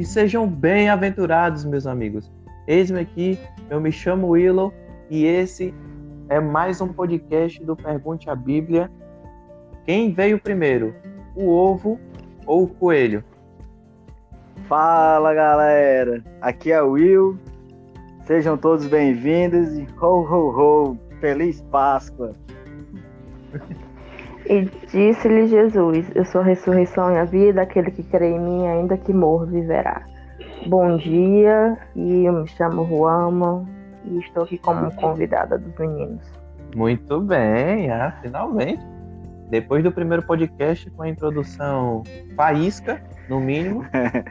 e sejam bem-aventurados, meus amigos. Eis-me aqui, eu me chamo Willow e esse é mais um podcast do Pergunte a Bíblia. Quem veio primeiro, o ovo ou o coelho? Fala, galera, aqui é o Will, sejam todos bem-vindos e ho, ho, ho, Feliz Páscoa! E disse-lhe Jesus: eu sou a ressurreição e a vida, aquele que crê em mim, ainda que morra, viverá. Bom dia, e eu me chamo Ruama e estou aqui como convidada dos meninos. Muito bem, finalmente. Depois do primeiro podcast com a introdução faísca, no mínimo,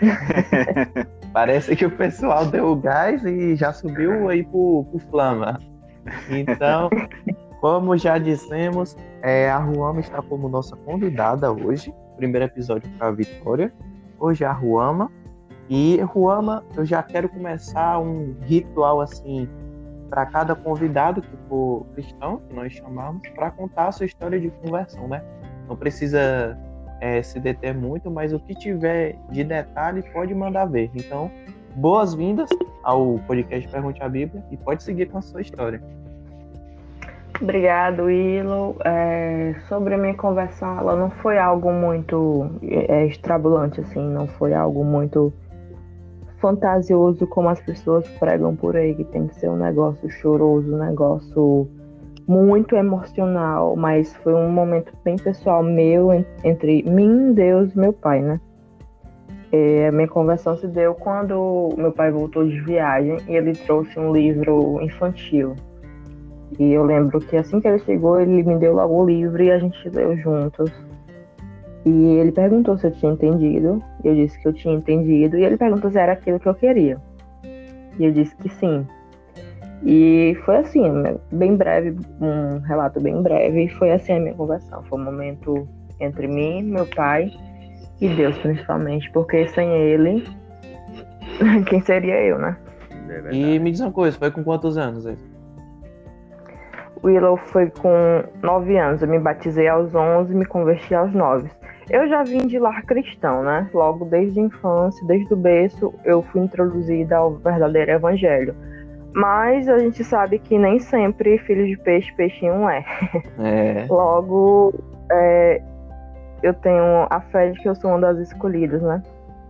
parece que o pessoal deu o gás e já subiu aí pro Flama. Então, como já dissemos, a Ruama está como nossa convidada hoje. Primeiro episódio para a Vitória. Hoje é a Ruama. E, Ruama, eu já quero começar um ritual assim para cada convidado que for cristão, que nós chamamos, para contar a sua história de conversão, né? Não precisa se deter muito, mas o que tiver de detalhe pode mandar ver. Então, boas-vindas ao podcast Pergunte a Bíblia e pode seguir com a sua história. Obrigado, Willow. Sobre a minha conversão, ela não foi algo muito extrabulante, assim, não foi algo muito fantasioso como as pessoas pregam por aí, que tem que ser um negócio choroso, um negócio muito emocional, mas foi um momento bem pessoal meu, entre mim, Deus e meu pai, né? A minha conversão se deu quando meu pai voltou de viagem e ele trouxe um livro infantil. E eu lembro que assim que ele chegou, ele me deu logo o livro e a gente leu juntos. E ele perguntou se eu tinha entendido. Eu disse que eu tinha entendido. E ele perguntou se era aquilo que eu queria. E eu disse que sim. E foi assim, bem breve, um relato bem breve. E foi assim a minha conversão. Foi um momento entre mim, meu pai e Deus, principalmente. Porque sem ele, quem seria eu, né? E me diz uma coisa, foi com quantos anos aí? Willow foi com 9 anos. Eu me batizei aos 11 e me converti aos 9. Eu já vim de lar cristão, né? Logo desde a infância, desde o berço, eu fui introduzida ao verdadeiro evangelho. Mas a gente sabe que nem sempre filho de peixe, peixinho é. Logo, eu tenho a fé de que eu sou uma das escolhidas, né?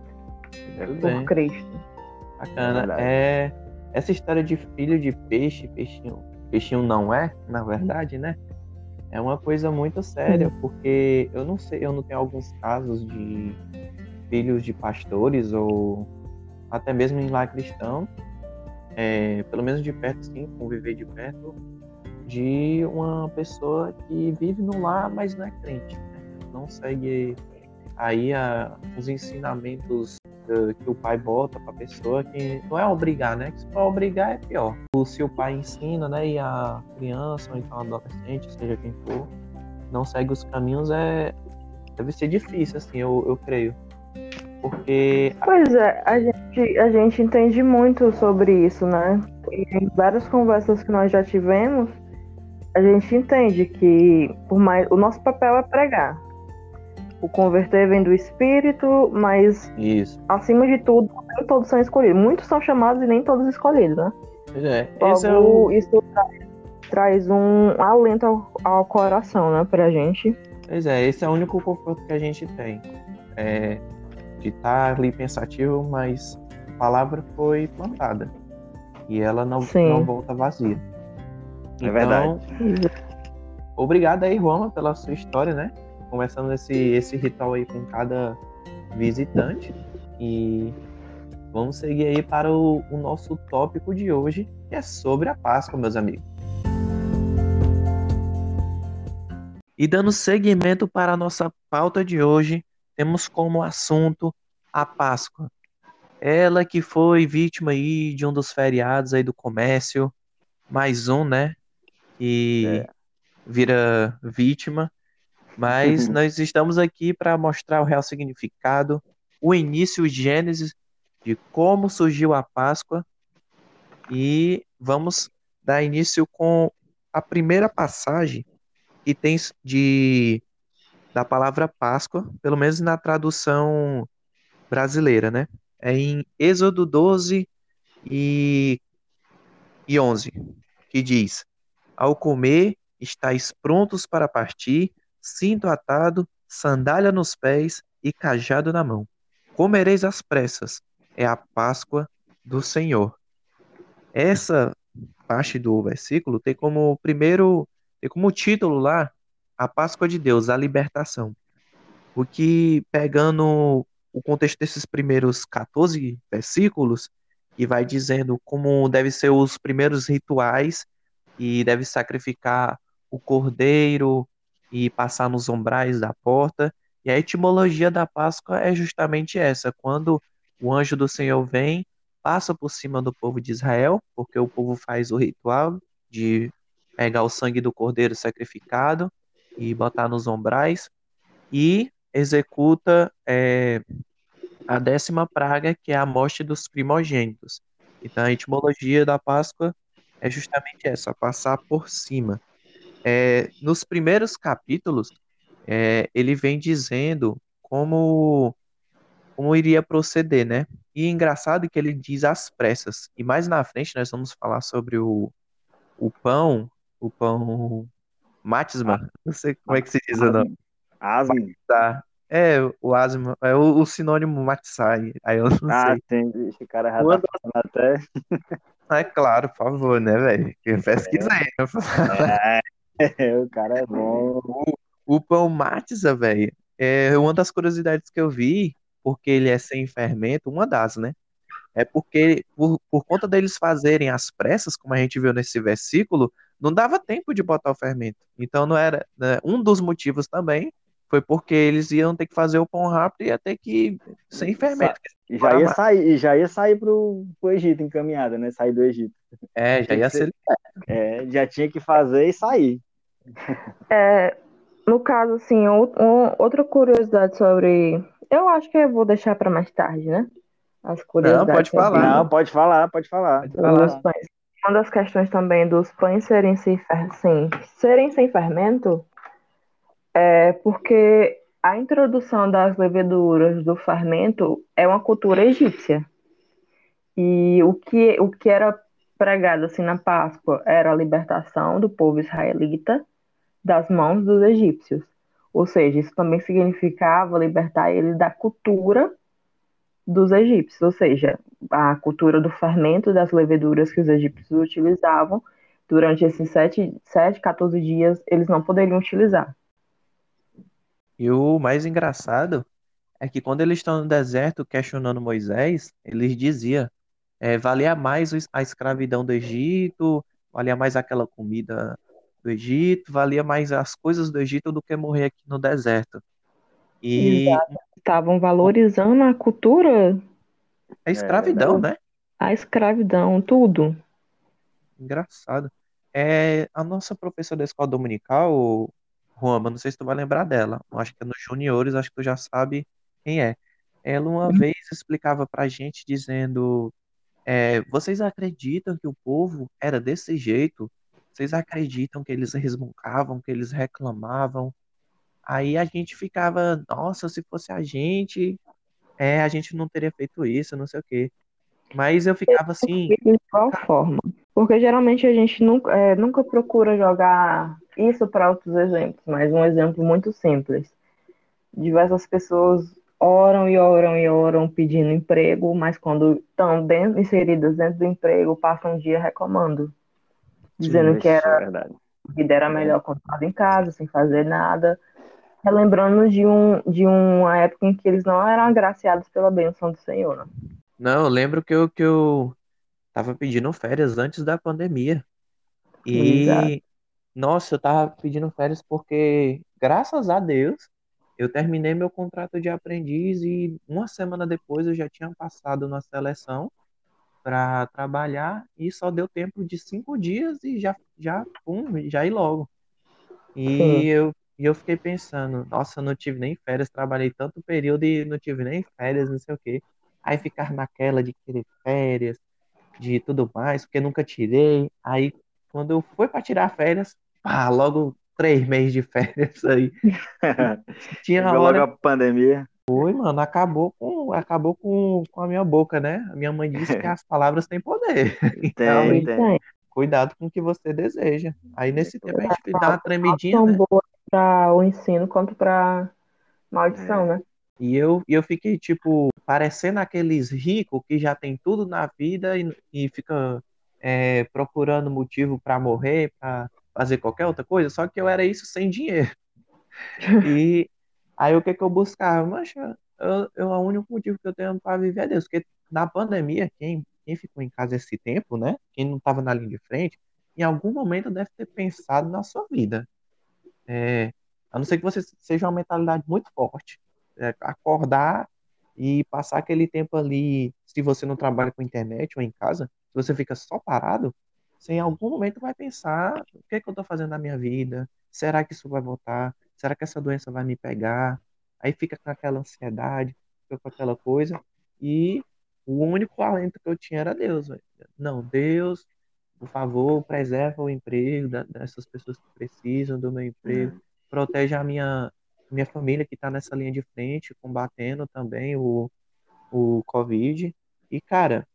Por Cristo. Bacana. Essa história de filho de peixe, peixinho não é, na verdade, né? É uma coisa muito séria, porque eu não sei, eu não tenho alguns casos de filhos de pastores ou até mesmo em lar cristão, pelo menos de perto, sim, conviver de perto, de uma pessoa que vive no lar, mas não é crente, né? Não segue aí os ensinamentos que o pai bota para a pessoa, que não é obrigar, né? Que se for obrigar é pior. Se o pai ensina, né, e a criança ou então adolescente, seja quem for, não segue os caminhos, deve ser difícil, assim, eu creio. Porque... Pois é, a gente entende muito sobre isso, né? Em várias conversas que nós já tivemos, a gente entende que o nosso papel é pregar. O converter vem do Espírito, mas acima de tudo, nem todos são escolhidos. Muitos são chamados e nem todos escolhidos, né? Logo, isso traz um alento ao coração, né, pra gente. Pois é, esse é o único conforto que a gente tem. De estar ali pensativo, mas a palavra foi plantada. E ela não volta vazia. Então, verdade. Obrigado aí, Roma, pela sua história, né? Começando esse ritual aí com cada visitante. E vamos seguir aí para o nosso tópico de hoje, que é sobre a Páscoa, meus amigos. E dando seguimento para a nossa pauta de hoje, temos como assunto a Páscoa. Ela que foi vítima aí de um dos feriados aí do comércio, mais um, né? Que vira vítima. Mas nós estamos aqui para mostrar o real significado, o início, o gênesis de como surgiu a Páscoa, e vamos dar início com a primeira passagem que tem da palavra Páscoa, pelo menos na tradução brasileira, né? É em Êxodo 12 e, e 11, que diz: Ao comer, estáis prontos para partir, cinto atado, sandália nos pés e cajado na mão. Comereis às pressas, é a Páscoa do Senhor. Essa parte do versículo tem como título lá a Páscoa de Deus, a libertação. O que, pegando o contexto desses primeiros 14 versículos, que vai dizendo como devem ser os primeiros rituais, e deve sacrificar o cordeiro e passar nos umbrais da porta. E a etimologia da Páscoa é justamente essa: quando o anjo do Senhor vem, passa por cima do povo de Israel, porque o povo faz o ritual de pegar o sangue do cordeiro sacrificado e botar nos umbrais, e executa a 10ª praga, que é a morte dos primogênitos. Então, a etimologia da Páscoa é justamente essa, passar por cima. Nos primeiros capítulos, ele vem dizendo como iria proceder, né? E é engraçado que ele diz às pressas. E mais na frente nós vamos falar sobre o pão, o pão matzma, não sei como é que se diz o nome. Asno. Asno. Tá. É, o asma, é o sinônimo matzai, aí eu não Ah, sei. sim. Ixi, o cara já Uma tá das- falando até. É claro, por favor, né, velho? Pesquisa aí. É, o cara é bom. O pão matza, velho, é uma das curiosidades que eu vi, porque ele é sem fermento, uma das, né? É porque, por conta deles fazerem às pressas, como a gente viu nesse versículo, não dava tempo de botar o fermento. Então, não era, né? Um dos motivos também foi porque eles iam ter que fazer o pão rápido e ia ter que sem fermento, que demora mais. Já ia sair pro Egito encaminhada, né? Sair do Egito. Já Tinha que ia ser, ser. já tinha que fazer e sair. É, no caso, assim, outra curiosidade sobre. Eu acho que eu vou deixar para mais tarde, né? As Não, pode curiosidades falar. Não, pode falar, pode falar. Pode sobre falar. os pães. Uma das questões também dos pães serem sem fermento é porque a introdução das leveduras do fermento é uma cultura egípcia. E o que era pregado assim na Páscoa era a libertação do povo israelita das mãos dos egípcios. Ou seja, isso também significava libertar ele da cultura dos egípcios, ou seja, a cultura do fermento das leveduras que os egípcios utilizavam durante esses 14 dias, eles não poderiam utilizar. E o mais engraçado é que quando eles estão no deserto questionando Moisés, eles diziam, valia mais a escravidão do Egito, valia mais aquela comida do Egito, valia mais as coisas do Egito do que morrer aqui no deserto. E Exato. Estavam valorizando a cultura, é É verdade. escravidão, né? a escravidão, tudo. Engraçado. A nossa professora da escola dominical, Roma, não sei se tu vai lembrar dela. Eu acho que é nos juniores, acho que tu já sabe quem é. Ela uma vez explicava pra gente dizendo, vocês acreditam que o povo era desse jeito? Vocês acreditam que eles resmungavam, que eles reclamavam? Aí a gente ficava, nossa, se fosse a gente não teria feito isso, não sei o quê. Mas eu ficava assim, De qual forma? Porque geralmente a gente nunca procura jogar isso para outros exemplos, mas um exemplo muito simples. Diversas pessoas oram e oram e oram pedindo emprego, mas quando estão inseridas dentro do emprego, passam um dia reclamando, dizendo que Ixi, é a verdade. vida era melhor quando estava em casa, sem fazer nada, relembrando de uma época em que eles não eram agraciados pela bênção do Senhor, né? não, eu lembro que eu tava pedindo férias antes da pandemia. Exato. E, nossa, eu tava pedindo férias porque, graças a Deus, eu terminei meu contrato de aprendiz e uma semana depois eu já tinha passado na seleção para trabalhar e só deu tempo de 5 dias e já ir logo. E Sim. eu fiquei pensando, nossa, eu não tive nem férias, trabalhei tanto período e não tive nem férias, não sei o quê. Aí ficar naquela de querer férias, de tudo mais, porque nunca tirei. Aí, quando eu fui para tirar férias, logo 3 meses de férias aí. Tinha Chegou logo hora, a pandemia. Foi, mano, acabou com a minha boca, né? A minha mãe disse que as palavras têm poder. Então, Tem, E tem. tem. cuidado com o que você deseja. Aí nesse tempo a As gente dá uma palavras tremidinha, são né? boas para o ensino quanto para maldição, É, né? E eu fiquei, tipo, parecendo aqueles ricos que já tem tudo na vida e fica procurando motivo para morrer, para fazer qualquer outra coisa. Só que eu era isso sem dinheiro. E aí o que que eu buscava? Mas o único motivo que eu tenho para viver é Deus. Porque na pandemia, quem ficou em casa esse tempo, né? Quem não estava na linha de frente, em algum momento deve ter pensado na sua vida. É, a não ser que você seja uma mentalidade muito forte. Acordar e passar aquele tempo ali, se você não trabalha com internet ou em casa, se você fica só parado, você em algum momento vai pensar, o que é que eu estou fazendo na minha vida? Será que isso vai voltar? Será que essa doença vai me pegar? Aí fica com aquela ansiedade, fica com aquela coisa, e o único alento que eu tinha era Deus, velho. Não, Deus, por favor, preserva o emprego dessas pessoas que precisam do meu emprego, protege a minha família que está nessa linha de frente, combatendo também o Covid. E, cara,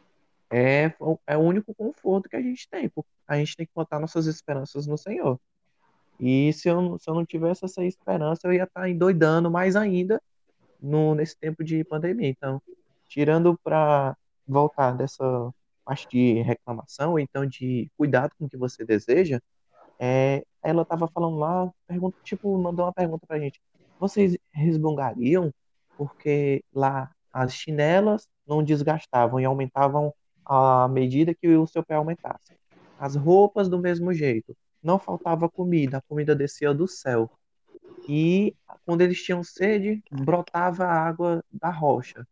é o único conforto que a gente tem, porque a gente tem que botar nossas esperanças no Senhor. E se eu não tivesse essa esperança, eu ia estar endoidando mais ainda nesse tempo de pandemia. Então, tirando para voltar dessa parte de reclamação, ou então de cuidado com o que você deseja, ela estava falando lá, tipo, mandou uma pergunta pra gente. Vocês resmungariam porque lá as chinelas não desgastavam e aumentavam à medida que o seu pé aumentasse. As roupas do mesmo jeito. Não faltava comida, a comida descia do céu. E quando eles tinham sede, brotava água da rocha.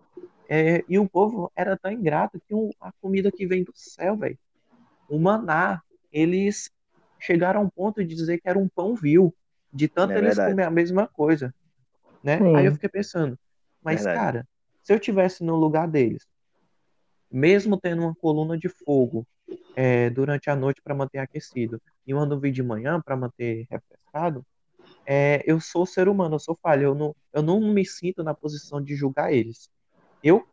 E o povo era tão ingrato que a comida que vem do céu, velho, o maná, eles chegaram a um ponto de dizer que era um pão vil, de tanto é eles verdade. comer a mesma coisa, né? Aí eu Sim. fiquei pensando, mas Verdade. cara, se eu tivesse no lugar deles, mesmo tendo uma coluna de fogo durante a noite para manter aquecido e uma nuvem de manhã para manter refrescado, eu sou ser humano, eu sou falho, eu não me sinto na posição de julgar eles. Eu,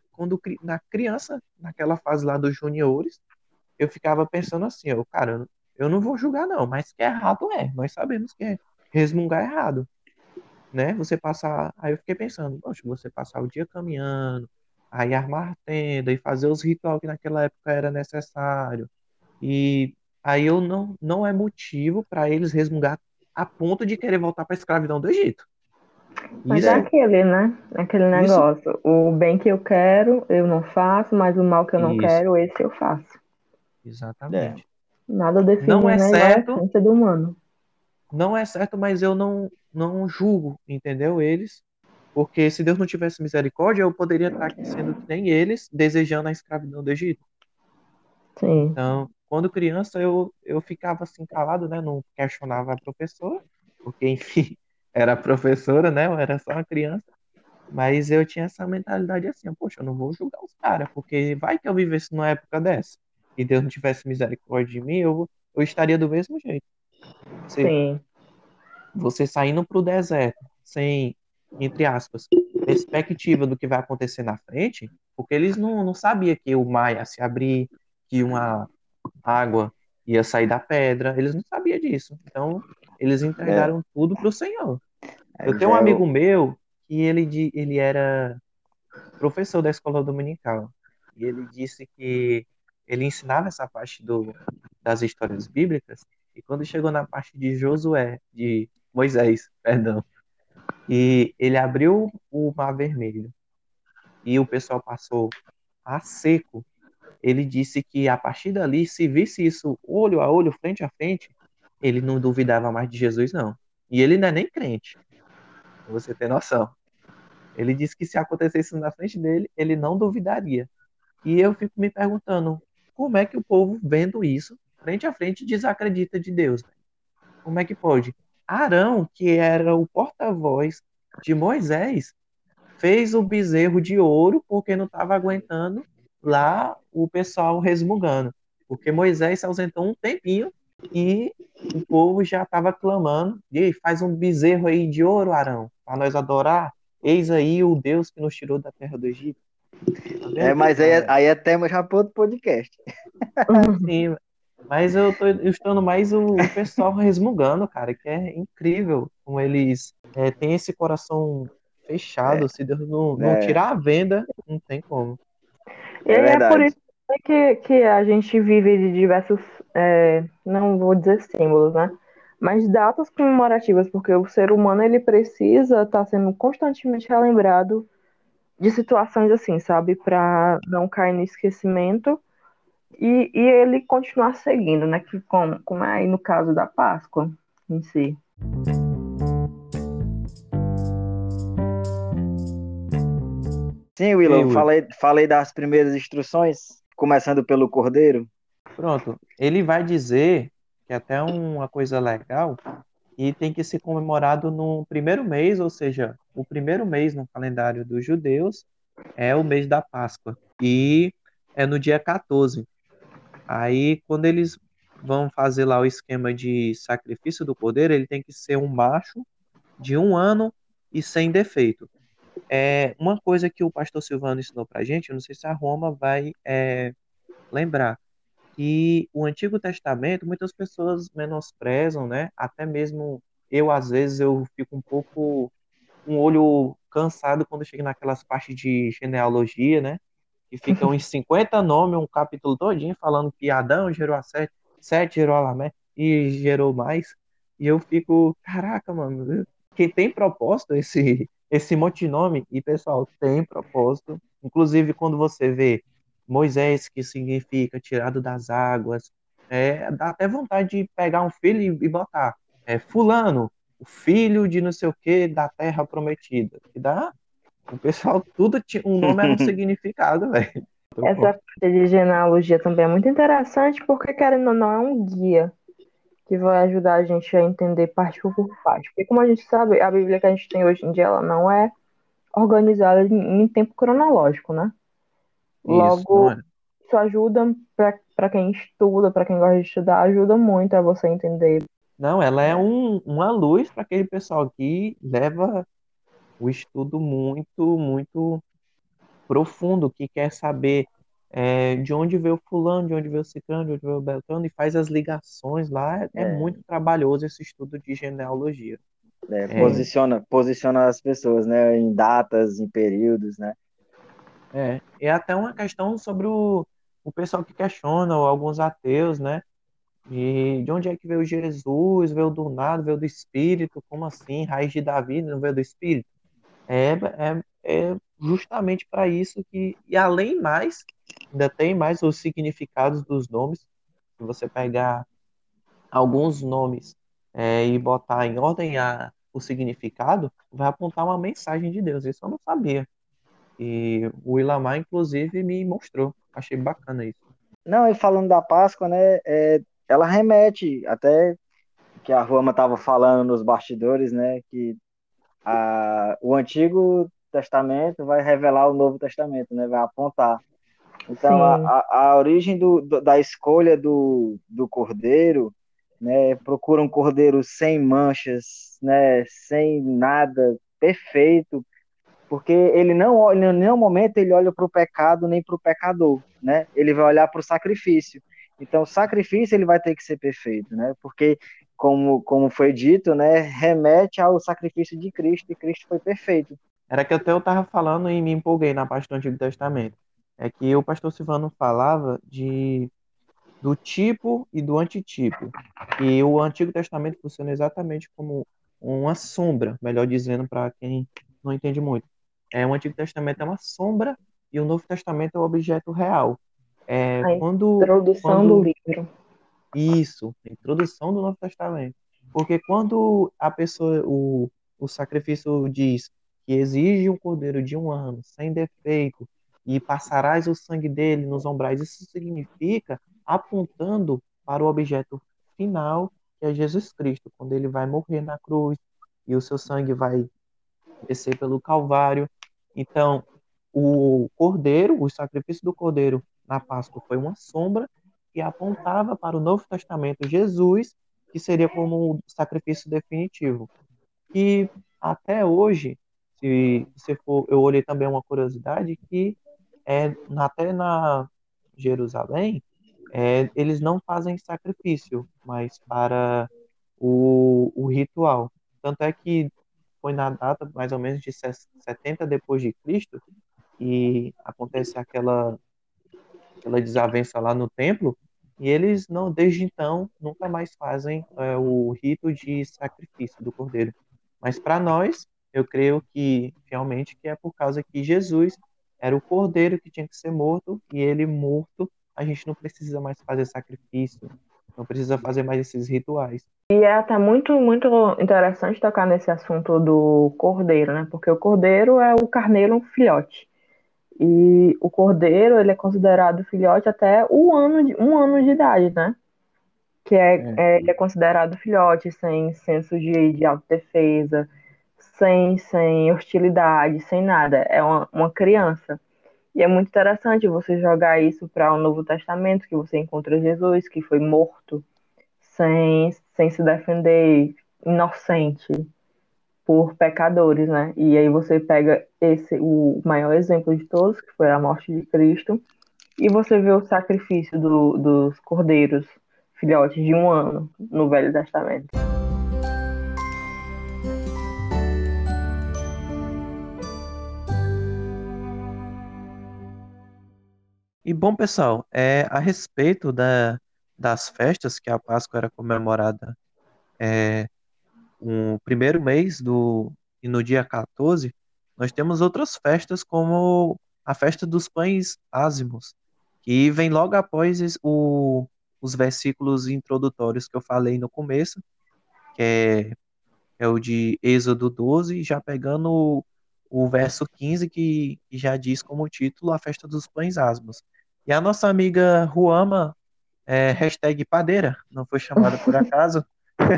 na criança, naquela fase lá dos juniores, eu ficava pensando assim, cara, eu não vou julgar não, mas que é errado nós sabemos que resmungar é errado, né? Você passar, aí eu fiquei pensando, poxa, você passar o dia caminhando, aí armar tenda e fazer os rituais que naquela época era necessário, e aí eu não é motivo para eles resmungar a ponto de querer voltar para a escravidão do Egito. Mas é Isso, aquele, né? Aquele isso, negócio. O bem que eu quero, eu não faço, mas o mal que eu não isso, quero, esse eu faço. É, exatamente. Nada Não define, é né? Igual a certo, essência do humano. não é certo, mas eu não julgo, entendeu? Eles, porque se Deus não tivesse misericórdia, eu poderia estar aqui sendo que nem eles, desejando a escravidão do Egito. Sim. Então, quando criança, eu ficava assim calado, né? Não questionava a professora, porque, enfim, era a professora, né? Eu era só uma criança. Mas eu tinha essa mentalidade assim, poxa, eu não vou julgar os caras, porque vai que eu vivesse numa época dessa e Deus não tivesse misericórdia de mim, eu estaria do mesmo jeito. Você, Sim. você saindo para o deserto, sem, entre aspas, perspectiva do que vai acontecer na frente, porque eles não sabiam que o mar ia se abrir, que uma água ia sair da pedra, eles não sabiam disso. Então, eles é, entregaram tudo para o Senhor. Eu aí tenho um já é amigo o. meu que ele era professor da escola dominical. E ele disse que ele ensinava essa parte das histórias bíblicas, e quando chegou na parte de Josué, de Moisés, perdão, e ele abriu o Mar Vermelho e o pessoal passou a seco, ele disse que a partir dali, se visse isso olho a olho, frente a frente, ele não duvidava mais de Jesus, não. E ele não é nem crente, pra você ter noção. Ele disse que se acontecesse isso na frente dele, ele não duvidaria. E eu fico me perguntando, como é que o povo, vendo isso, frente a frente, desacredita de Deus? Né? Como é que pode? Arão, que era o porta-voz de Moisés, fez o bezerro de ouro porque não estava aguentando lá o pessoal resmungando. Porque Moisés se ausentou um tempinho e o povo já estava clamando, e aí, faz um bezerro aí de ouro, Arão, para nós adorar. eis aí o Deus que nos tirou da terra do Egito. Tá vendo que Mas aí é tema já para outro podcast. sim, mas eu tô estando mais o pessoal resmungando, cara, que é incrível como eles têm esse coração fechado. Se Deus não É, tirar a venda, não tem como. E é aí é por verdade. isso que a gente vive de diversos, não vou dizer símbolos, né? Mas datas comemorativas, porque o ser humano ele precisa estar sendo constantemente relembrado de situações assim, sabe? Para não cair no esquecimento e ele continuar seguindo, né? Que como é aí no caso da Páscoa em si. Sim, E Willow, aí, eu Will? falei das primeiras instruções, começando pelo Cordeiro. Pronto. Ele vai dizer que até uma coisa legal e tem que ser comemorado no primeiro mês, ou seja, o primeiro mês no calendário dos judeus é o mês da Páscoa e é no dia 14. Aí, quando eles vão fazer lá o esquema de sacrifício do cordeiro, ele tem que ser um macho de 1 ano e sem defeito. É uma coisa que o pastor Silvano ensinou pra gente, eu não sei se a Roma vai lembrar, que o Antigo Testamento muitas pessoas menosprezam, né? Até mesmo eu, às vezes, eu fico um pouco um olho cansado quando chega naquelas partes de genealogia, né? Que fica uns 50 nomes, um capítulo todinho falando que Adão gerou a Sete, Sete gerou a Lamé e gerou mais. E eu fico, caraca, mano, que tem propósito esse monte de nome? E, pessoal, tem propósito. Inclusive, quando você vê Moisés, que significa tirado das águas, dá até vontade de pegar um filho e botar fulano, o filho de não sei o que da terra prometida. Que dá, o pessoal, tudo tinha, um nome era um significado, velho. Muito Essa bom. parte de genealogia também é muito interessante, porque, querendo ou não, é um guia que vai ajudar a gente a entender parte por parte. Porque, como a gente sabe, a Bíblia que a gente tem hoje em dia, ela não é organizada em tempo cronológico, né? Isso, não Logo, é? isso ajuda para quem estuda, para quem gosta de estudar, ajuda muito a você entender. Não, ela é uma luz para aquele pessoal que leva o estudo muito, muito profundo, que quer saber de onde veio fulano, de onde veio ciclano, de onde veio beltrano, e faz as ligações lá. É É, muito trabalhoso esse estudo de genealogia. É, posiciona as pessoas, né? Em datas, em períodos, né? é até uma questão sobre o pessoal que questiona, ou alguns ateus, né? E de onde é que veio Jesus? Veio do nada, veio do Espírito? Como assim? Raiz de Davi não veio do Espírito? É justamente para isso que, e além mais, ainda tem mais os significados dos nomes. Se você pegar alguns nomes e botar em ordem o significado, vai apontar uma mensagem de Deus. Isso eu não sabia. E o Ilamar, inclusive, me mostrou. Achei bacana isso. Não, e falando da Páscoa, né? Ela remete até que a Roma estava falando nos bastidores, né? Que o Antigo Testamento vai revelar o Novo Testamento, né? Vai apontar. Então, Sim, a origem da escolha do cordeiro, né? Procura um cordeiro sem manchas, né? Sem nada, perfeito, porque ele não olha, em nenhum momento ele olha para o pecado nem para o pecador, né? Ele vai olhar para o sacrifício. Então, o sacrifício ele vai ter que ser perfeito, né? Porque como foi dito, né, remete ao sacrifício de Cristo e Cristo foi perfeito. Era que até eu estava falando e me empolguei na parte do Antigo Testamento. É que o pastor Silvano falava do tipo e do antitipo. E o Antigo Testamento funciona exatamente como uma sombra, melhor dizendo, para quem não entende muito. O Antigo Testamento é uma sombra e o Novo Testamento é o objeto real. a Quando, introdução do quando livro. isso, a introdução do Novo Testamento. Porque quando a pessoa, o sacrifício diz que exige um cordeiro de 1 ano, sem defeito, e passarás o sangue dele nos ombrais, isso significa apontando para o objeto final, que é Jesus Cristo, quando ele vai morrer na cruz e o seu sangue vai descer pelo Calvário. Então, o cordeiro, o sacrifício do cordeiro na Páscoa foi uma sombra que apontava para o Novo Testamento Jesus, que seria como o sacrifício definitivo. E até hoje, Se você for, eu olhei também uma curiosidade que até na Jerusalém, eles não fazem sacrifício, mas para o ritual. Tanto é que foi na data mais ou menos de 70 depois de Cristo que acontece aquela desavença lá no templo, e eles não, desde então, nunca mais fazem o rito de sacrifício do cordeiro. Mas para nós, eu creio que realmente que é por causa que Jesus era o cordeiro que tinha que ser morto, e ele morto, a gente não precisa mais fazer sacrifício, não precisa fazer mais esses rituais. E é até muito, muito interessante tocar nesse assunto do cordeiro, né? Porque o cordeiro é o carneiro filhote. E o cordeiro, ele é considerado filhote até um ano de idade, né? Ele é considerado filhote sem senso de autodefesa, sem hostilidade, sem nada. É uma criança. E é muito interessante você jogar isso para o Novo Testamento, que você encontra Jesus, que foi morto sem se defender, inocente por pecadores, né? E aí você pega o maior exemplo de todos, que foi a morte de Cristo, e você vê o sacrifício dos cordeiros, filhotes de um ano, no Velho Testamento. E bom, pessoal, a respeito das festas que a Páscoa era comemorada o primeiro mês e no dia 14, nós temos outras festas como a festa dos pães ázimos, que vem logo após os versículos introdutórios que eu falei no começo, que é o de Êxodo 12, já pegando o verso 15, que já diz como título a festa dos pães ázimos. E a nossa amiga Ruama, hashtag padeira, não foi chamada por acaso,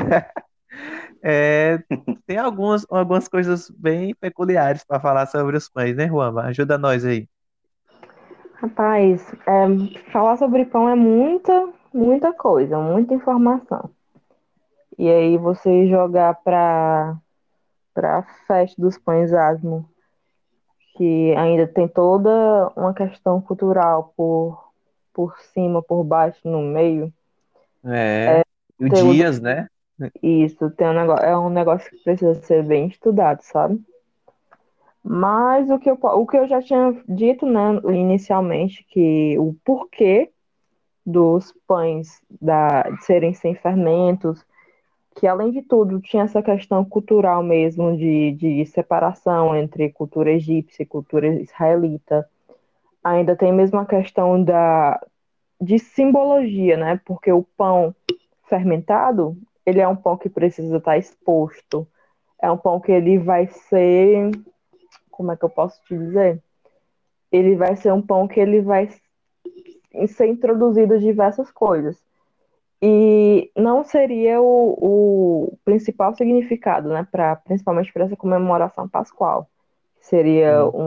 É, tem algumas coisas bem peculiares para falar sobre os pães, né, Ruama? Ajuda nós aí. Rapaz, falar sobre pão é muita, muita coisa, muita informação. E aí você jogar para a festa dos pães asmo, que ainda tem toda uma questão cultural por cima, por baixo, no meio. E o Tem Dias, né? isso, é um negócio que precisa ser bem estudado, sabe? Mas o que eu já tinha dito, né, inicialmente, que o porquê dos pães de serem sem fermentos, que além de tudo tinha essa questão cultural mesmo de separação entre cultura egípcia e cultura israelita. Ainda tem mesmo a questão de simbologia, né? Porque o pão fermentado, ele é um pão que precisa estar exposto. É um pão que ele vai ser, como é que eu posso te dizer? Ele vai ser um pão que ele vai ser introduzido diversas coisas. E não seria o principal significado, né, principalmente para essa comemoração pascual. Seria Sim.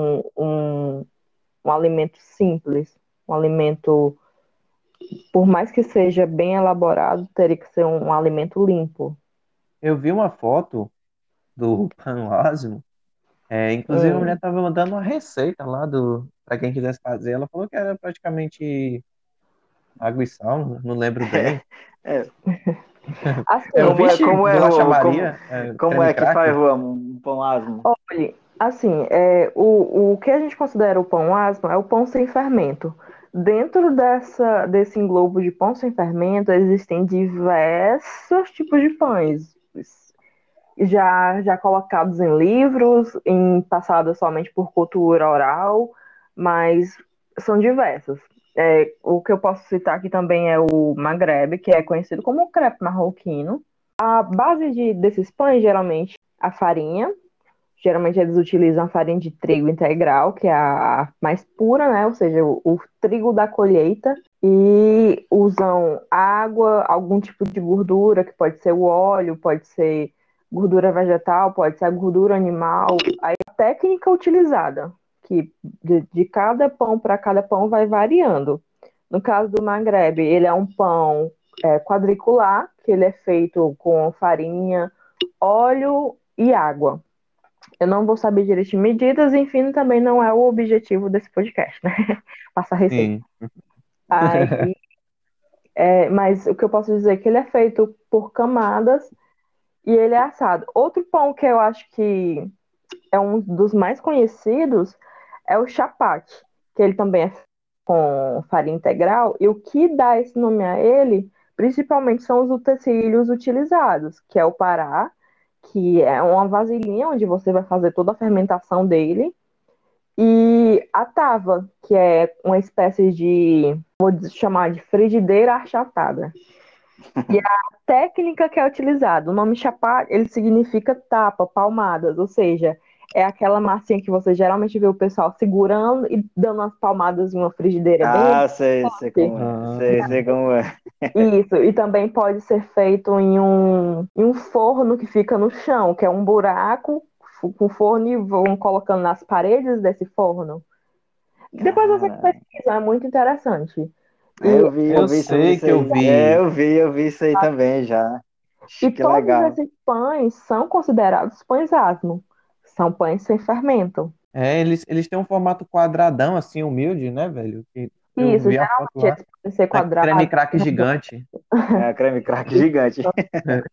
um alimento simples, um alimento, por mais que seja bem elaborado, teria que ser um alimento limpo. Eu vi uma foto do pão ázimo, inclusive a mulher Hum. estava mandando uma receita lá para quem quisesse fazer. Ela falou que era praticamente água e sal, não lembro bem. É, Assim, Vixe, como é, bolacha Rô? Maria, Como creme é que faz, cracker. Rô, um pão asmo? olha, assim, o que a gente considera o pão asmo é o pão sem fermento. Dentro desse englobo de pão sem fermento, existem diversos tipos de pães, já colocados em livros, em passados somente por cultura oral, mas são diversos. O que eu posso citar aqui também é o Maghreb, que é conhecido como o crepe marroquino. A base desses pães, geralmente, a farinha. Geralmente eles utilizam a farinha de trigo integral, que é a mais pura, né? Ou seja, o trigo da colheita. E usam água, algum tipo de gordura, que pode ser o óleo, pode ser gordura vegetal, pode ser a gordura animal. Aí a técnica utilizada, que de cada pão para cada pão vai variando. No caso do Maghreb, ele é um pão quadricular, que ele é feito com farinha, óleo e água. Eu não vou saber direitinho medidas, enfim, também não é o objetivo desse podcast, né? Passar receita. Sim. Aí, mas o que eu posso dizer é que ele é feito por camadas e ele é assado. Outro pão que eu acho que é um dos mais conhecidos é o chapati, que ele também é com farinha integral, e o que dá esse nome a ele, principalmente, são os utensílios utilizados, que é o pará, que é uma vasilhinha onde você vai fazer toda a fermentação dele, e a tava, que é uma espécie de, vou chamar de frigideira achatada. E a técnica que é utilizada, o nome chapá, ele significa tapa, palmadas, ou seja, é aquela massinha que você geralmente vê o pessoal segurando e dando umas palmadas em uma frigideira bem Ah, sei como é. Ah, Sei como é. isso, e também pode ser feito em um forno que fica no chão, que é um buraco com forno e vão colocando nas paredes desse forno. Depois você Cara, pesquisa, é muito interessante. eu E, vi, eu eu vi sobre sei isso que eu aí. É, vi. eu vi isso aí também já. e Que todos legal. esses pães são considerados pães asmo. São pães sem fermento. Eles têm um formato quadradão, assim, humilde, né, velho? Que eu Isso, vi a foto geralmente lá. eles podem ser É creme quadrados. crack gigante. É a creme crack gigante. É.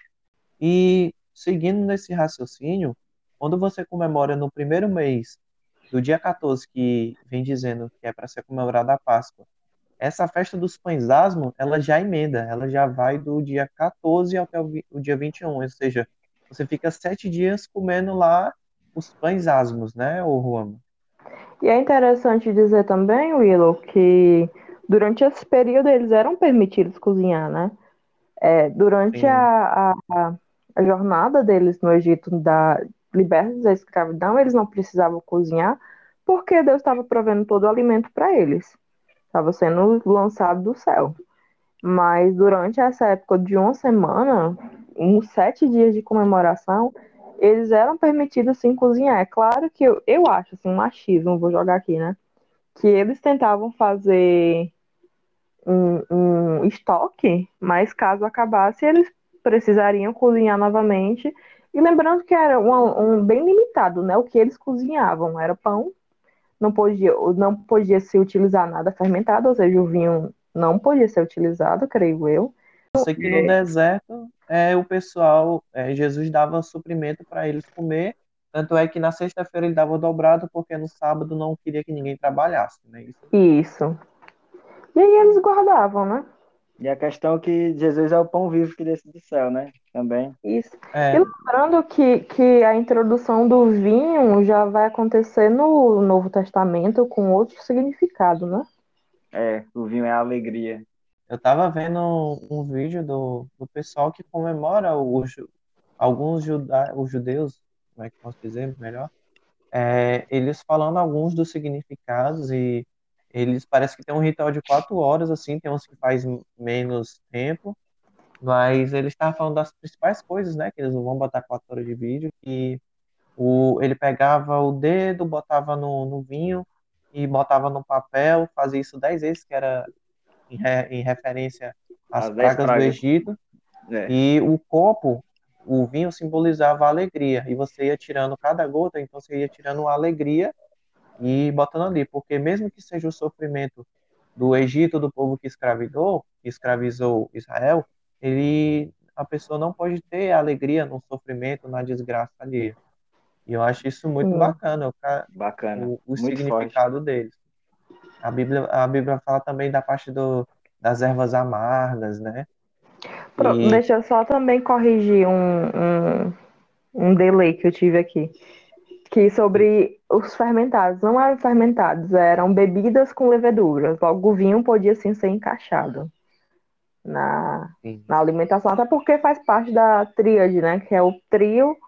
E seguindo nesse raciocínio, quando você comemora no primeiro mês do dia 14, que vem dizendo que é para ser comemorada a Páscoa, essa festa dos pães asmos, ela já emenda, ela já vai do dia 14 até o dia 21, ou seja, você fica 7 dias comendo lá os pães asmos, né, ô Juan? E é interessante dizer também, Willow, que durante esse período eles eram permitidos cozinhar, né? Durante Sim. a jornada deles no Egito, libertos da escravidão, eles não precisavam cozinhar, porque Deus estava provendo todo o alimento para eles. Estava sendo lançado do céu. Mas durante essa época de uma semana, uns 7 dias de comemoração, eles eram permitidos sim cozinhar. É claro que eu acho, assim, um machismo, vou jogar aqui, né? Que eles tentavam fazer um estoque, mas caso acabasse, eles precisariam cozinhar novamente. E lembrando que era um bem limitado, né? O que eles cozinhavam era pão, não podia se utilizar nada fermentado, ou seja, o vinho não podia ser utilizado, creio eu. Eu sei que no deserto o pessoal, Jesus dava suprimento para eles comer, tanto é que na sexta-feira ele dava dobrado, porque no sábado não queria que ninguém trabalhasse, né? Isso. Isso. E aí eles guardavam, né? E a questão é que Jesus é o pão vivo que desce do céu, né? Também. Isso. E É, lembrando que a introdução do vinho já vai acontecer no Novo Testamento com outro significado, né? É, o vinho é a alegria. eu estava vendo um vídeo do pessoal que comemora alguns os judeus, como é que posso dizer melhor? Eles falando alguns dos significados e eles parece que tem um ritual de 4 horas, assim, tem uns que faz menos tempo, mas eles estavam falando das principais coisas, né? Que eles não vão botar 4 horas de vídeo, que ele pegava o dedo, botava no vinho e botava no papel, fazia isso 10 vezes, que era em referência às As 10 pragas do pragas. Egito, É, e o copo, o vinho simbolizava a alegria, e você ia tirando cada gota, então você ia tirando a alegria e botando ali, porque mesmo que seja o sofrimento do Egito, do povo que escravizou Israel, a pessoa não pode ter alegria no sofrimento, na desgraça ali. E eu acho isso muito Sim. bacana, bacana. o Muito forte. significado deles. A Bíblia fala também da parte das ervas amargas, né? E Deixa eu só também corrigir um delay que eu tive aqui. Que sobre os fermentados, não eram fermentados, eram bebidas com leveduras. Logo, o vinho podia sim ser encaixado na, sim, na alimentação, até porque faz parte da tríade, né? Que é o trio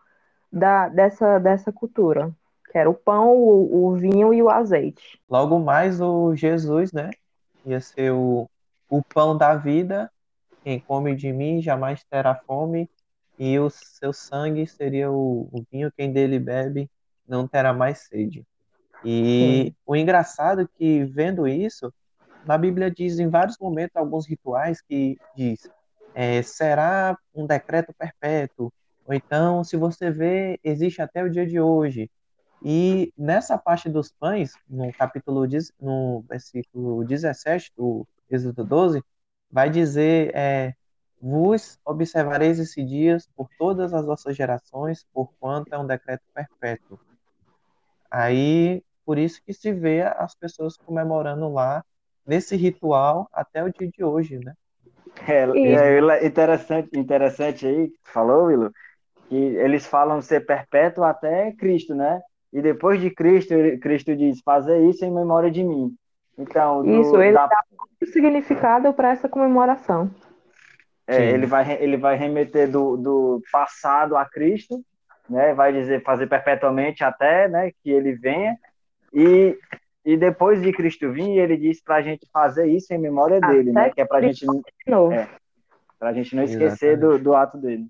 dessa cultura, que era o pão, o vinho e o azeite. logo mais o Jesus, né? Ia ser o pão da vida. Quem come de mim jamais terá fome, e o seu sangue seria o vinho, quem dele bebe não terá mais sede. E Sim, o engraçado é que, vendo isso, na Bíblia diz em vários momentos alguns rituais que diz será um decreto perpétuo, Ou então, se você vê, existe até o dia de hoje. E nessa parte dos pães, no versículo 17 do Êxodo 12, vai dizer, vos observareis esses dias por todas as vossas gerações, porquanto é um decreto perpétuo. Aí, por isso que se vê as pessoas comemorando lá, nesse ritual, até o dia de hoje, né? Isso, Mesmo. Interessante aí, que tu falou, Willo, que eles falam ser perpétuo até Cristo, né? E depois de Cristo, Cristo diz, fazer isso em memória de mim. Então, isso, ele dá muito significado para essa comemoração. Sim, ele vai remeter do passado a Cristo, né? Vai dizer fazer perpetuamente até, né, que ele venha. E, e depois de Cristo vir, ele diz para a gente fazer isso em memória dele, né? Até Que é para que ele volte de novo. a gente não esquecer exatamente. do ato dele.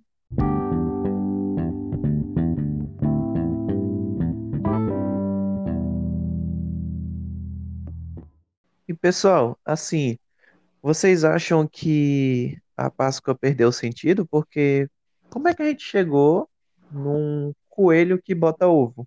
E pessoal, assim, vocês acham que a Páscoa perdeu sentido? Porque como é que a gente chegou num coelho que bota ovo?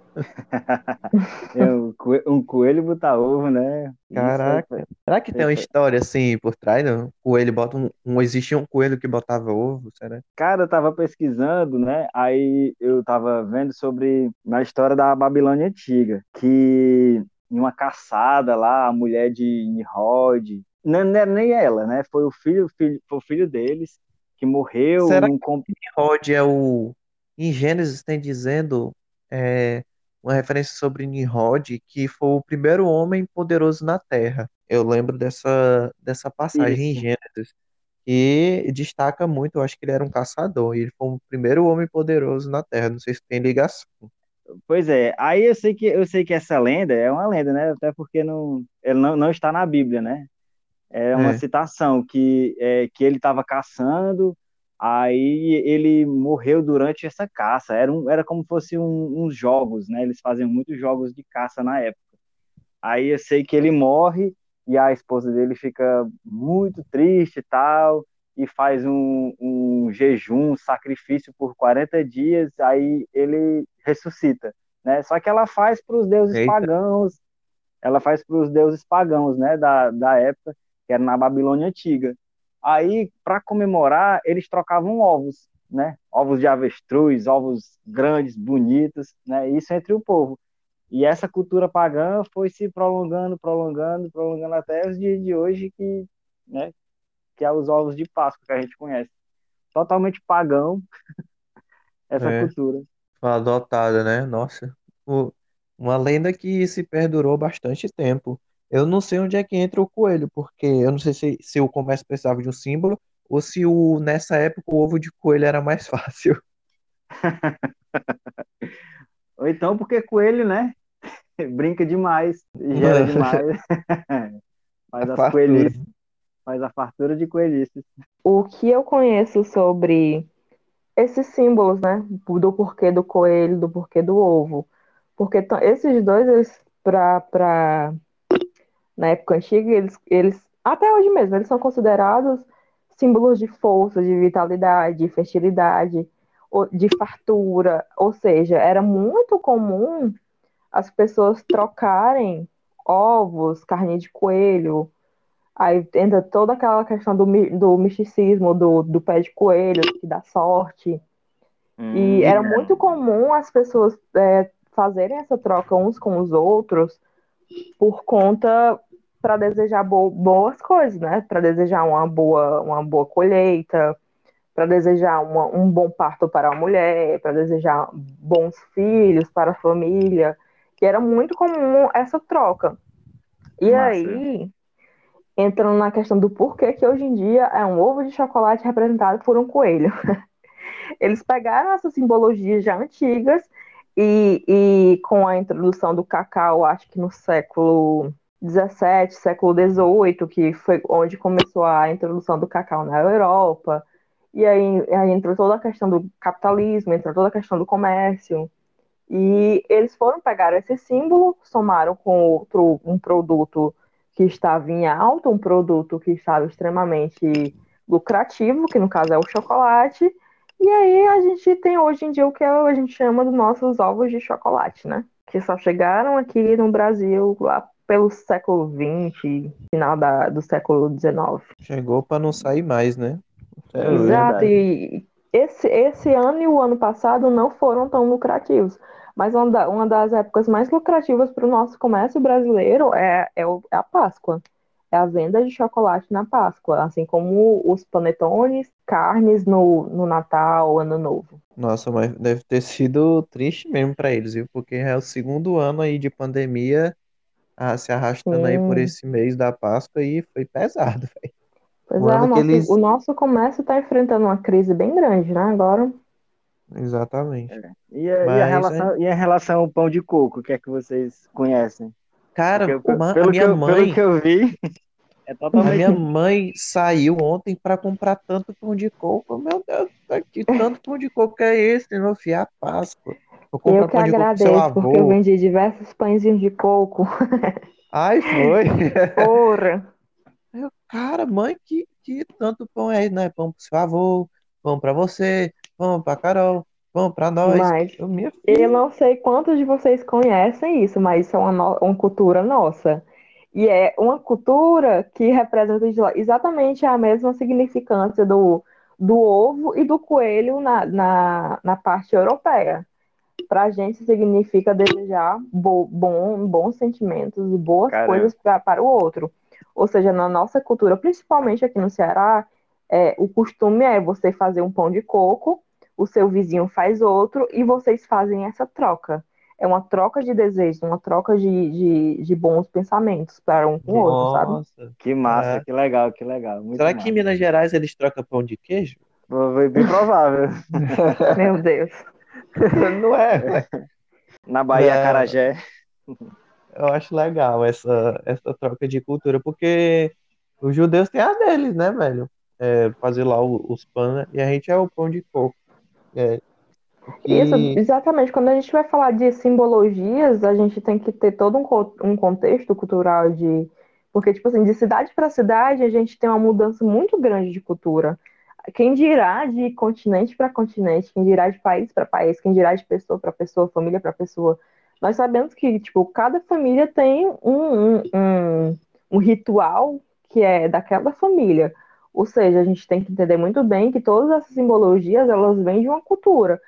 Um coelho botar ovo, né? Isso aí Caraca, será que tem uma história assim por trás? Não? Coelho bota existia um coelho que botava ovo, será? Cara, eu tava pesquisando, né? Aí eu tava vendo sobre na história da Babilônia Antiga, que em uma caçada lá, a mulher de Nimrod, não era nem ela, né? Foi foi o filho deles que morreu Será num que Nimrod em Gênesis tem dizendo uma referência sobre Nimrod, que foi o primeiro homem poderoso na Terra? Eu lembro dessa passagem em isso. Gênesis. E destaca muito, eu acho que ele era um caçador, e ele foi o primeiro homem poderoso na Terra. Não sei se tem ligação. Pois é, aí eu sei que essa lenda é uma lenda, né? Até porque ele não está na Bíblia, né? É uma É, citação que ele estava caçando, aí ele morreu durante essa caça. Era como fosse uns jogos, né? Eles faziam muitos jogos de caça na época. Aí eu sei que ele morre e a esposa dele fica muito triste e tal, e faz um jejum, um sacrifício por 40 dias, aí ele ressuscita, né? Só que ela faz para os deuses eita, pagãos, ela faz para os deuses pagãos, né, da época, que era na Babilônia Antiga. Aí, para comemorar, eles trocavam ovos, né? Ovos de avestruz, ovos grandes, bonitos, né? Isso entre o povo. E essa cultura pagã foi se prolongando até os dias de hoje, né, que é os ovos de Páscoa que a gente conhece. Totalmente pagão essa é, cultura. foi adotada, né? Nossa, o- uma lenda que se perdurou bastante tempo. Eu não sei onde é que entra o coelho, porque eu não sei se o comércio precisava de um símbolo, ou se nessa época o ovo de coelho era mais fácil. Ou então porque coelho, né, brinca demais, gera demais, A faz as fartura. coelhices, faz a fartura de coelhices. O que eu conheço sobre esses símbolos, né? Do porquê do coelho, do porquê do ovo. Porque esses dois, na época antiga, até hoje mesmo, eles são considerados símbolos de força, de vitalidade, de fertilidade, de fartura. Ou seja, era muito comum as pessoas trocarem ovos, carne de coelho. Aí entra toda aquela questão do misticismo, do pé de coelho, que dá sorte. E E era muito comum as pessoas fazerem essa troca uns com os outros por conta para desejar boas coisas, né? Para desejar uma boa colheita, para desejar um bom parto para a mulher, para desejar bons filhos para a família. E era muito comum essa troca. E Massa. aí, entrando na questão do porquê que hoje em dia é um ovo de chocolate representado por um coelho. Eles pegaram essas simbologias já antigas e com a introdução do cacau, acho que no século 17, século 18, que foi onde começou a introdução do cacau na Europa, e aí entrou toda a questão do capitalismo, entrou toda a questão do comércio, e eles foram pegar esse símbolo, somaram com um produto que estava em alta, um produto que estava extremamente lucrativo, que no caso é o chocolate, E aí a gente tem hoje em dia o que a gente chama dos nossos ovos de chocolate, né? Que só chegaram aqui no Brasil lá pelo século XX, final do século XIX. Chegou pra não sair mais, né? Você é É doido. Exato, verdade. e esse ano e o ano passado não foram tão lucrativos. Mas uma das épocas mais lucrativas para o nosso comércio brasileiro é a Páscoa. É a venda de chocolate na Páscoa, assim como os panetones, carnes no Natal, Ano Novo. Nossa, mas deve ter sido triste mesmo pra eles, viu? Porque é o segundo ano aí de pandemia, se arrastando aí por Sim, esse mês da Páscoa e foi pesado, velho. pois Um é, ano que o eles. nosso comércio está enfrentando uma crise bem grande, né? Agora, Exatamente. E Mas, e a relação ao pão de coco, o que é que vocês conhecem? Porque cara, a pelo minha pelo que mãe. eu vi, é A totalmente. minha mãe saiu ontem para comprar tanto pão de coco. Meu Deus, que tanto pão de coco é esse, meu filho? É a Páscoa. Vou eu comprar que pão de coco pro seu agradeço, porque eu avô. vendi diversos pãezinhos de coco. Ai, foi. Porra! Cara, mãe, que tanto pão é esse, né? Pão pro seu avô, pão pra você, pão pra Carol, pão pra nós. Mas Minha eu filha. não sei quantos de vocês conhecem isso, mas isso é uma cultura nossa. E é uma cultura que representa exatamente a mesma significância do ovo e do coelho na parte europeia. Para a gente significa desejar bons sentimentos e boas Caramba, coisas para o outro. Ou seja, na nossa cultura, principalmente aqui no Ceará, o costume é você fazer um pão de coco, o seu vizinho faz outro e vocês fazem essa troca. É uma troca de desejos, uma troca de bons pensamentos para um com o outro, sabe? Nossa, que massa, caraca. que legal, muito Será que em massa. Minas Gerais eles trocam pão de queijo? Foi bem provável. Meu Deus. Não é? Na Bahia, Não. acarajé. Eu acho legal essa troca de cultura, porque os judeus têm a deles, né, velho? Fazer lá os pães, né? E a gente é o pão de coco. É, o Isso, que. exatamente. Quando a gente vai falar de simbologias, a gente tem que ter todo um contexto cultural de. Porque, tipo assim, de cidade para cidade, a gente tem uma mudança muito grande de cultura. Quem dirá de continente para continente, quem dirá de país para país, quem dirá de pessoa para pessoa, família para pessoa. Nós sabemos que, tipo, cada família tem um ritual que é daquela família. Ou seja, a gente tem que entender muito bem que todas essas simbologias, elas vêm de uma cultura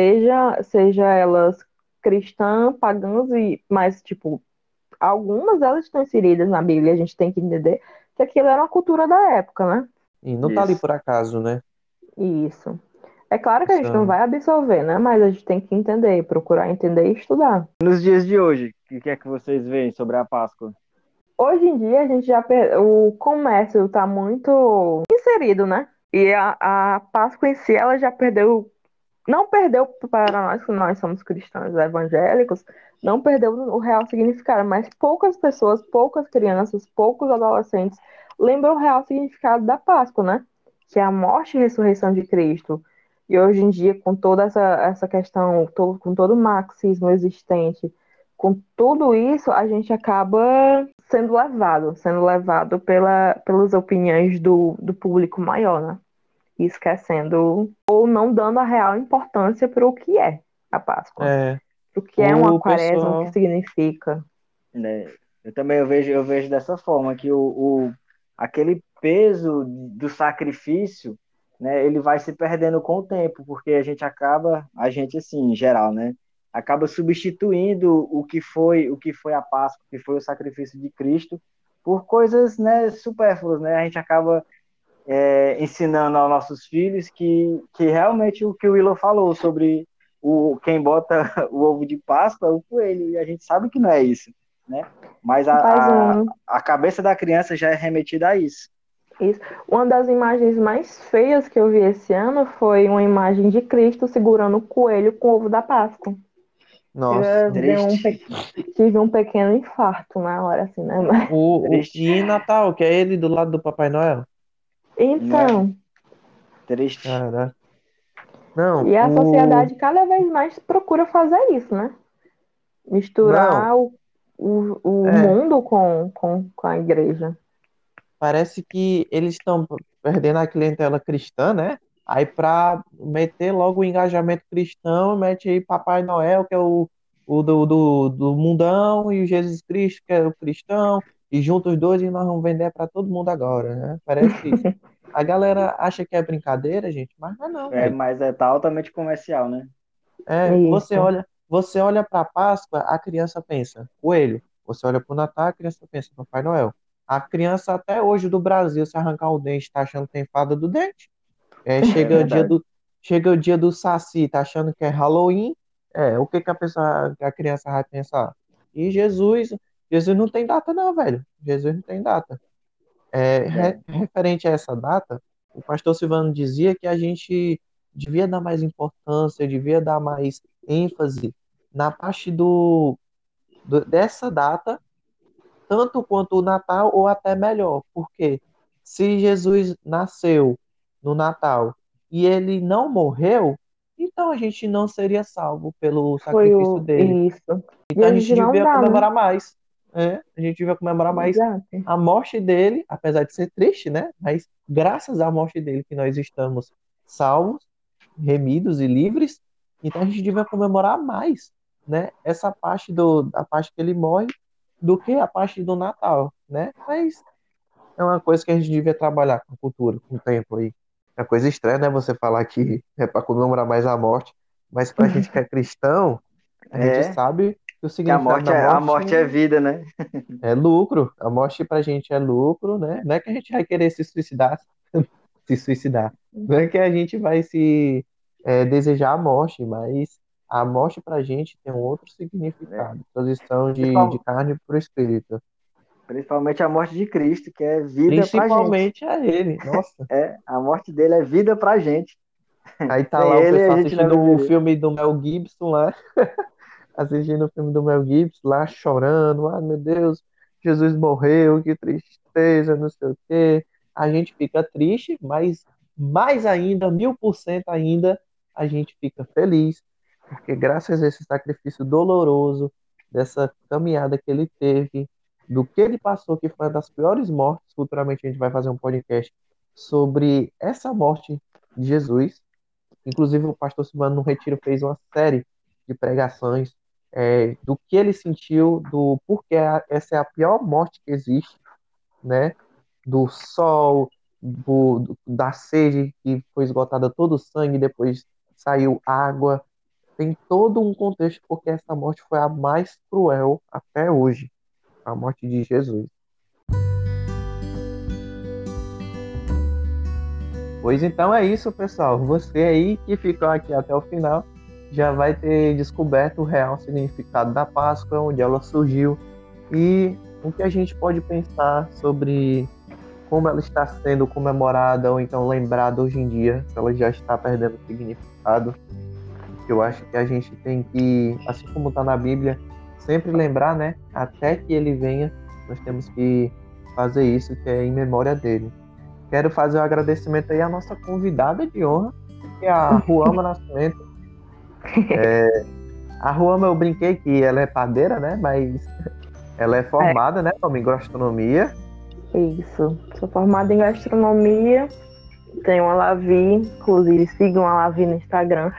seja elas cristãs, pagãs e mas tipo, algumas delas estão inseridas na Bíblia, a gente tem que entender que aquilo era uma cultura da época, né? E não tá ali Isso. por acaso, né? Isso. É claro que a gente não Essa... vai absorver, né? Mas a gente tem que entender, procurar entender e estudar. Nos dias de hoje, o que é que vocês veem sobre a Páscoa? Hoje em dia a gente o comércio está muito inserido, né? E a Páscoa em si ela já perdeu. Não perdeu para nós, que nós somos cristãos evangélicos, não perdeu o real significado, mas poucas pessoas, poucas crianças, poucos adolescentes lembram o real significado da Páscoa, né? Que é a morte e ressurreição de Cristo. E hoje em dia, com toda essa questão, com todo o marxismo existente, com tudo isso, a gente acaba sendo levado pelas opiniões do público maior, né? E esquecendo ou não dando a real importância para o que é a Páscoa, É, para o que é uma o quaresma, o que pessoal. significa. Né? Eu também eu vejo dessa forma que aquele peso do sacrifício, né, ele vai se perdendo com o tempo, porque a gente assim, em geral, né, acaba substituindo o que foi a Páscoa, o que foi o sacrifício de Cristo, por coisas, né, supérfluas, né? A gente acaba ensinando aos nossos filhos que realmente o que o Willow falou sobre quem bota o ovo de Páscoa é o coelho, e a gente sabe que não é isso, né? Mas Faz um, a cabeça da criança já é remetida a isso. isso. Uma das imagens mais feias que eu vi esse ano foi uma imagem de Cristo segurando o coelho com o ovo da Páscoa. Nossa. Eu Triste, tive um pequeno infarto na hora, assim, né? triste, E Natal, que é ele do lado do Papai Noel? não é? Então, Triste. Cara, não, e a sociedade cada vez mais procura fazer isso, né? Não, Misturar o é. mundo com a igreja. Parece que eles estão perdendo a clientela cristã, né? Aí para meter logo o engajamento cristão, mete aí Papai Noel, que é o do mundão, e o Jesus Cristo, que é o cristão, e juntos os dois e nós vamos vender para todo mundo agora, né? Parece isso. A galera acha que é brincadeira, gente, mas não é não, velho. Mas tá altamente comercial, né? Isso. Você olha para a Páscoa, a criança pensa coelho. Você olha para o Natal, a criança pensa Papai Noel. A criança até hoje do Brasil, se arrancar o dente, tá achando que tem fada do dente. É, É verdade. chega o dia do Saci, tá achando que é Halloween. É, o que que a criança vai pensar? E Jesus não tem data não, velho. Jesus não tem data. É. Referente a essa data, o pastor Silvano dizia que a gente devia dar mais importância, devia dar mais ênfase na parte dessa data, tanto quanto o Natal, ou até melhor, porque se Jesus nasceu no Natal e ele não morreu, então a gente não seria salvo pelo Foi sacrifício o. dele. Isso. E Então a a gente gente não devia dá, né? comemorar mais. A gente devia comemorar mais Exato. a morte dele, apesar de ser triste, né? Mas graças à morte dele que nós estamos salvos, remidos e livres. Então a gente devia comemorar mais, né? Essa parte a parte que ele morre do que a parte do Natal, né? Mas é uma coisa que a gente devia trabalhar com a cultura, com o tempo aí. É uma coisa estranha, né? Você falar que é para comemorar mais a morte, mas para a gente que é cristão, a gente É, sabe que o que significado da a morte morte é vida, né? é lucro. A morte pra gente é lucro, né? Não é que a gente vai querer se suicidar, se suicidar. Não é que a gente vai se desejar a morte, mas a morte pra gente tem um outro É. significado. Transição de Principal- carne para o espírito. Principalmente a morte de Cristo, que é vida pra gente. Principalmente a ele. Nossa. A morte dele é vida pra gente. Aí tá Sem lá o ele a pessoal gente não assistindo o viveria. filme do Mel Gibson lá, assistindo o filme do Mel Gibson lá, chorando. Ah, meu Deus, Jesus morreu, que tristeza, não sei o quê. A gente fica triste, mas mais ainda, 1000% ainda, a gente fica feliz, porque graças a esse sacrifício doloroso, dessa caminhada que ele teve, do que ele passou, que foi uma das piores mortes, futuramente a gente vai fazer um podcast sobre essa morte de Jesus. Inclusive, o pastor Silvano no Retiro fez uma série de pregações do que ele sentiu, do porquê essa é a pior morte que existe, né? Do sol, da sede que foi esgotada todo o sangue, depois saiu água. Tem todo um contexto porque essa morte foi a mais cruel até hoje, a morte de Jesus. Pois então é isso, pessoal. Você aí que ficou aqui até o final já vai ter descoberto o real significado da Páscoa, onde ela surgiu e o que a gente pode pensar sobre como ela está sendo comemorada ou então lembrada hoje em dia, se ela já está perdendo significado. Eu acho que a gente tem que, assim como está na Bíblia, sempre lembrar, né? Até que ele venha, nós temos que fazer isso, que é em memória dele. Quero fazer um agradecimento aí à nossa convidada de honra, que é a Ruama Nascimento. A Ruama, eu brinquei que ela é padeira, né? Mas ela é formada, né? Como em gastronomia. Isso. Sou formada em gastronomia. Tenho uma Lavi. Inclusive, sigam a Lavi no Instagram.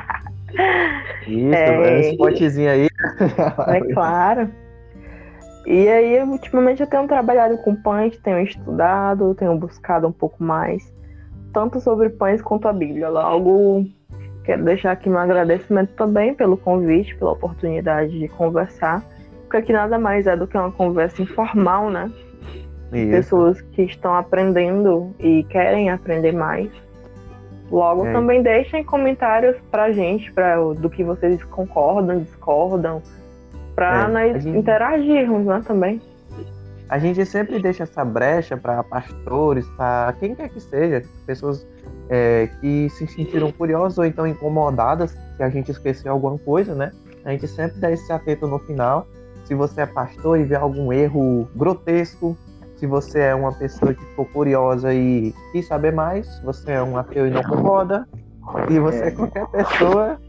Isso, é um spotzinho aí. É claro. E aí, ultimamente, eu tenho trabalhado com pães, tenho estudado, tenho buscado um pouco mais, tanto sobre pães quanto a Bíblia. Logo, quero deixar aqui meu agradecimento também pelo convite, pela oportunidade de conversar, porque aqui nada mais é do que uma conversa informal, né? Isso. Pessoas que estão aprendendo e querem aprender mais. Logo, também deixem comentários pra gente, do que vocês concordam, discordam, para nós interagirmos, né, também. A gente sempre deixa essa brecha para pastores, para quem quer que seja, pessoas que se sentiram curiosas ou então incomodadas se a gente esqueceu alguma coisa, né? A gente sempre dá esse atento no final. Se você é pastor e vê algum erro grotesco, se você é uma pessoa que ficou curiosa e quis saber mais, se você é um ateu e não concorda, se você é qualquer pessoa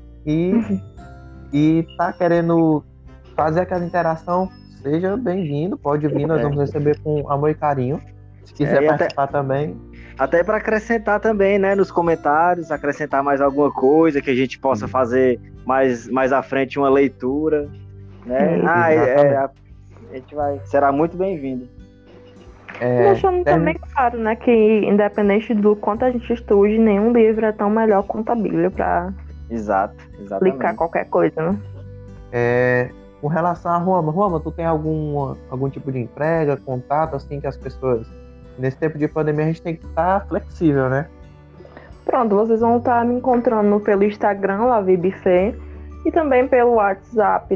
e tá querendo fazer aquela interação, seja bem-vindo, pode vir, nós vamos receber com amor e carinho. Se quiser participar também. Até para acrescentar também, né, nos comentários, acrescentar mais alguma coisa que a gente possa fazer mais à frente uma leitura, né? A gente será muito bem-vindo. Deixando também claro, né, que independente do quanto a gente estude, nenhum livro é tão melhor quanto a Bíblia para explicar qualquer coisa, né? Com relação a Roma, tu tem algum tipo de entrega, contato, assim, que as pessoas... Nesse tempo de pandemia a gente tem que estar flexível, né? Pronto, vocês vão estar me encontrando pelo Instagram, LaviBuffet, e também pelo WhatsApp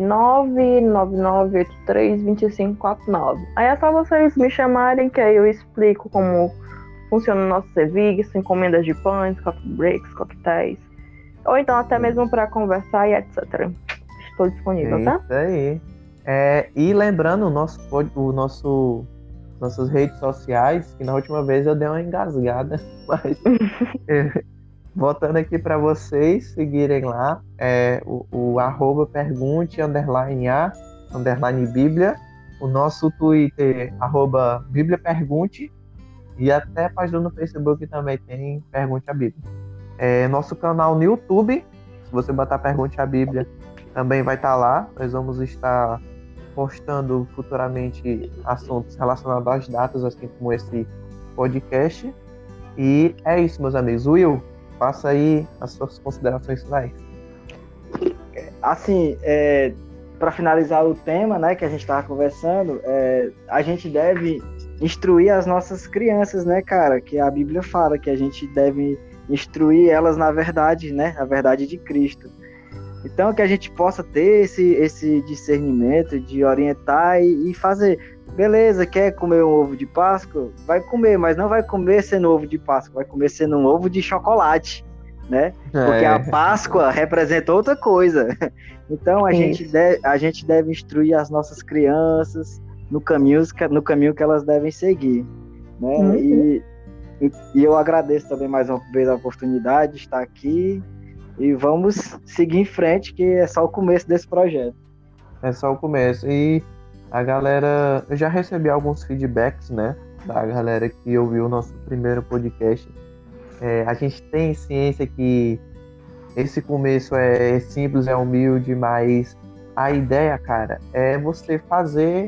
999832549. Aí é só vocês me chamarem que aí eu explico como funciona o nosso serviço, encomendas de pães, coffee breaks, coquetéis, ou então até mesmo para conversar e etc. Estou disponível, tá? Isso aí. E lembrando nossas redes sociais, que na última vez eu dei uma engasgada, mas voltando aqui para vocês seguirem lá, o @pergunte_a_Bíblia, o nosso Twitter @BíbliaPergunte, e até a página no Facebook também tem Pergunte a Bíblia. Nosso canal no YouTube, se você botar Pergunte a Bíblia, também vai estar lá. Nós vamos estar postando futuramente assuntos relacionados às datas, assim como esse podcast. E é isso, meus amigos. Will, faça aí as suas considerações finais. Assim, para finalizar o tema, né, que a gente estava conversando, a gente deve instruir as nossas crianças, né, cara? Que a Bíblia fala que a gente deve instruir elas na verdade, né? Na verdade de Cristo. Então, que a gente possa ter esse discernimento de orientar e fazer. Beleza, quer comer um ovo de Páscoa? Vai comer, mas não vai comer sendo ovo de Páscoa, vai comer sendo um ovo de chocolate, né? Porque a Páscoa representa outra coisa. Então, a gente deve instruir as nossas crianças no caminho que elas devem seguir, né? Uhum. E eu agradeço também mais uma vez a oportunidade de estar aqui. E vamos seguir em frente, que é só o começo desse projeto. É só o começo. E a galera... Eu já recebi alguns feedbacks, né? Da galera que ouviu o nosso primeiro podcast. A gente tem ciência que esse começo é simples, é humilde, mas a ideia, cara, é você fazer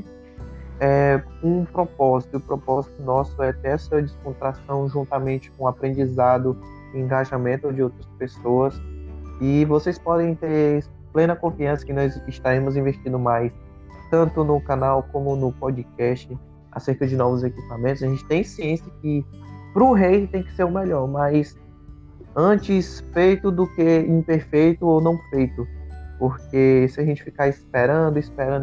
um propósito. O propósito nosso é ter essa descontração juntamente com o aprendizado e engajamento de outras pessoas. E vocês podem ter plena confiança que nós estaremos investindo mais, tanto no canal como no podcast, acerca de novos equipamentos. A gente tem ciência que para o rei tem que ser o melhor, mas antes feito do que imperfeito ou não feito. Porque se a gente ficar esperando,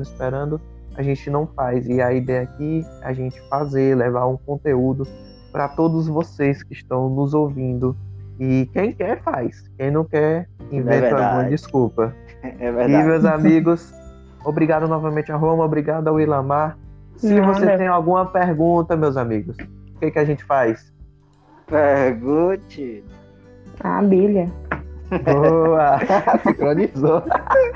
a gente não faz. E a ideia aqui é a gente fazer, levar um conteúdo para todos vocês que estão nos ouvindo. E quem quer, faz. Quem não quer, inventa alguma desculpa. É verdade. E, meus amigos, obrigado novamente a Roma, obrigado ao Ilamar. Se você tem alguma pergunta, meus amigos, o que a gente faz? Pergunte. A Bíblia. Boa! Sincronizou.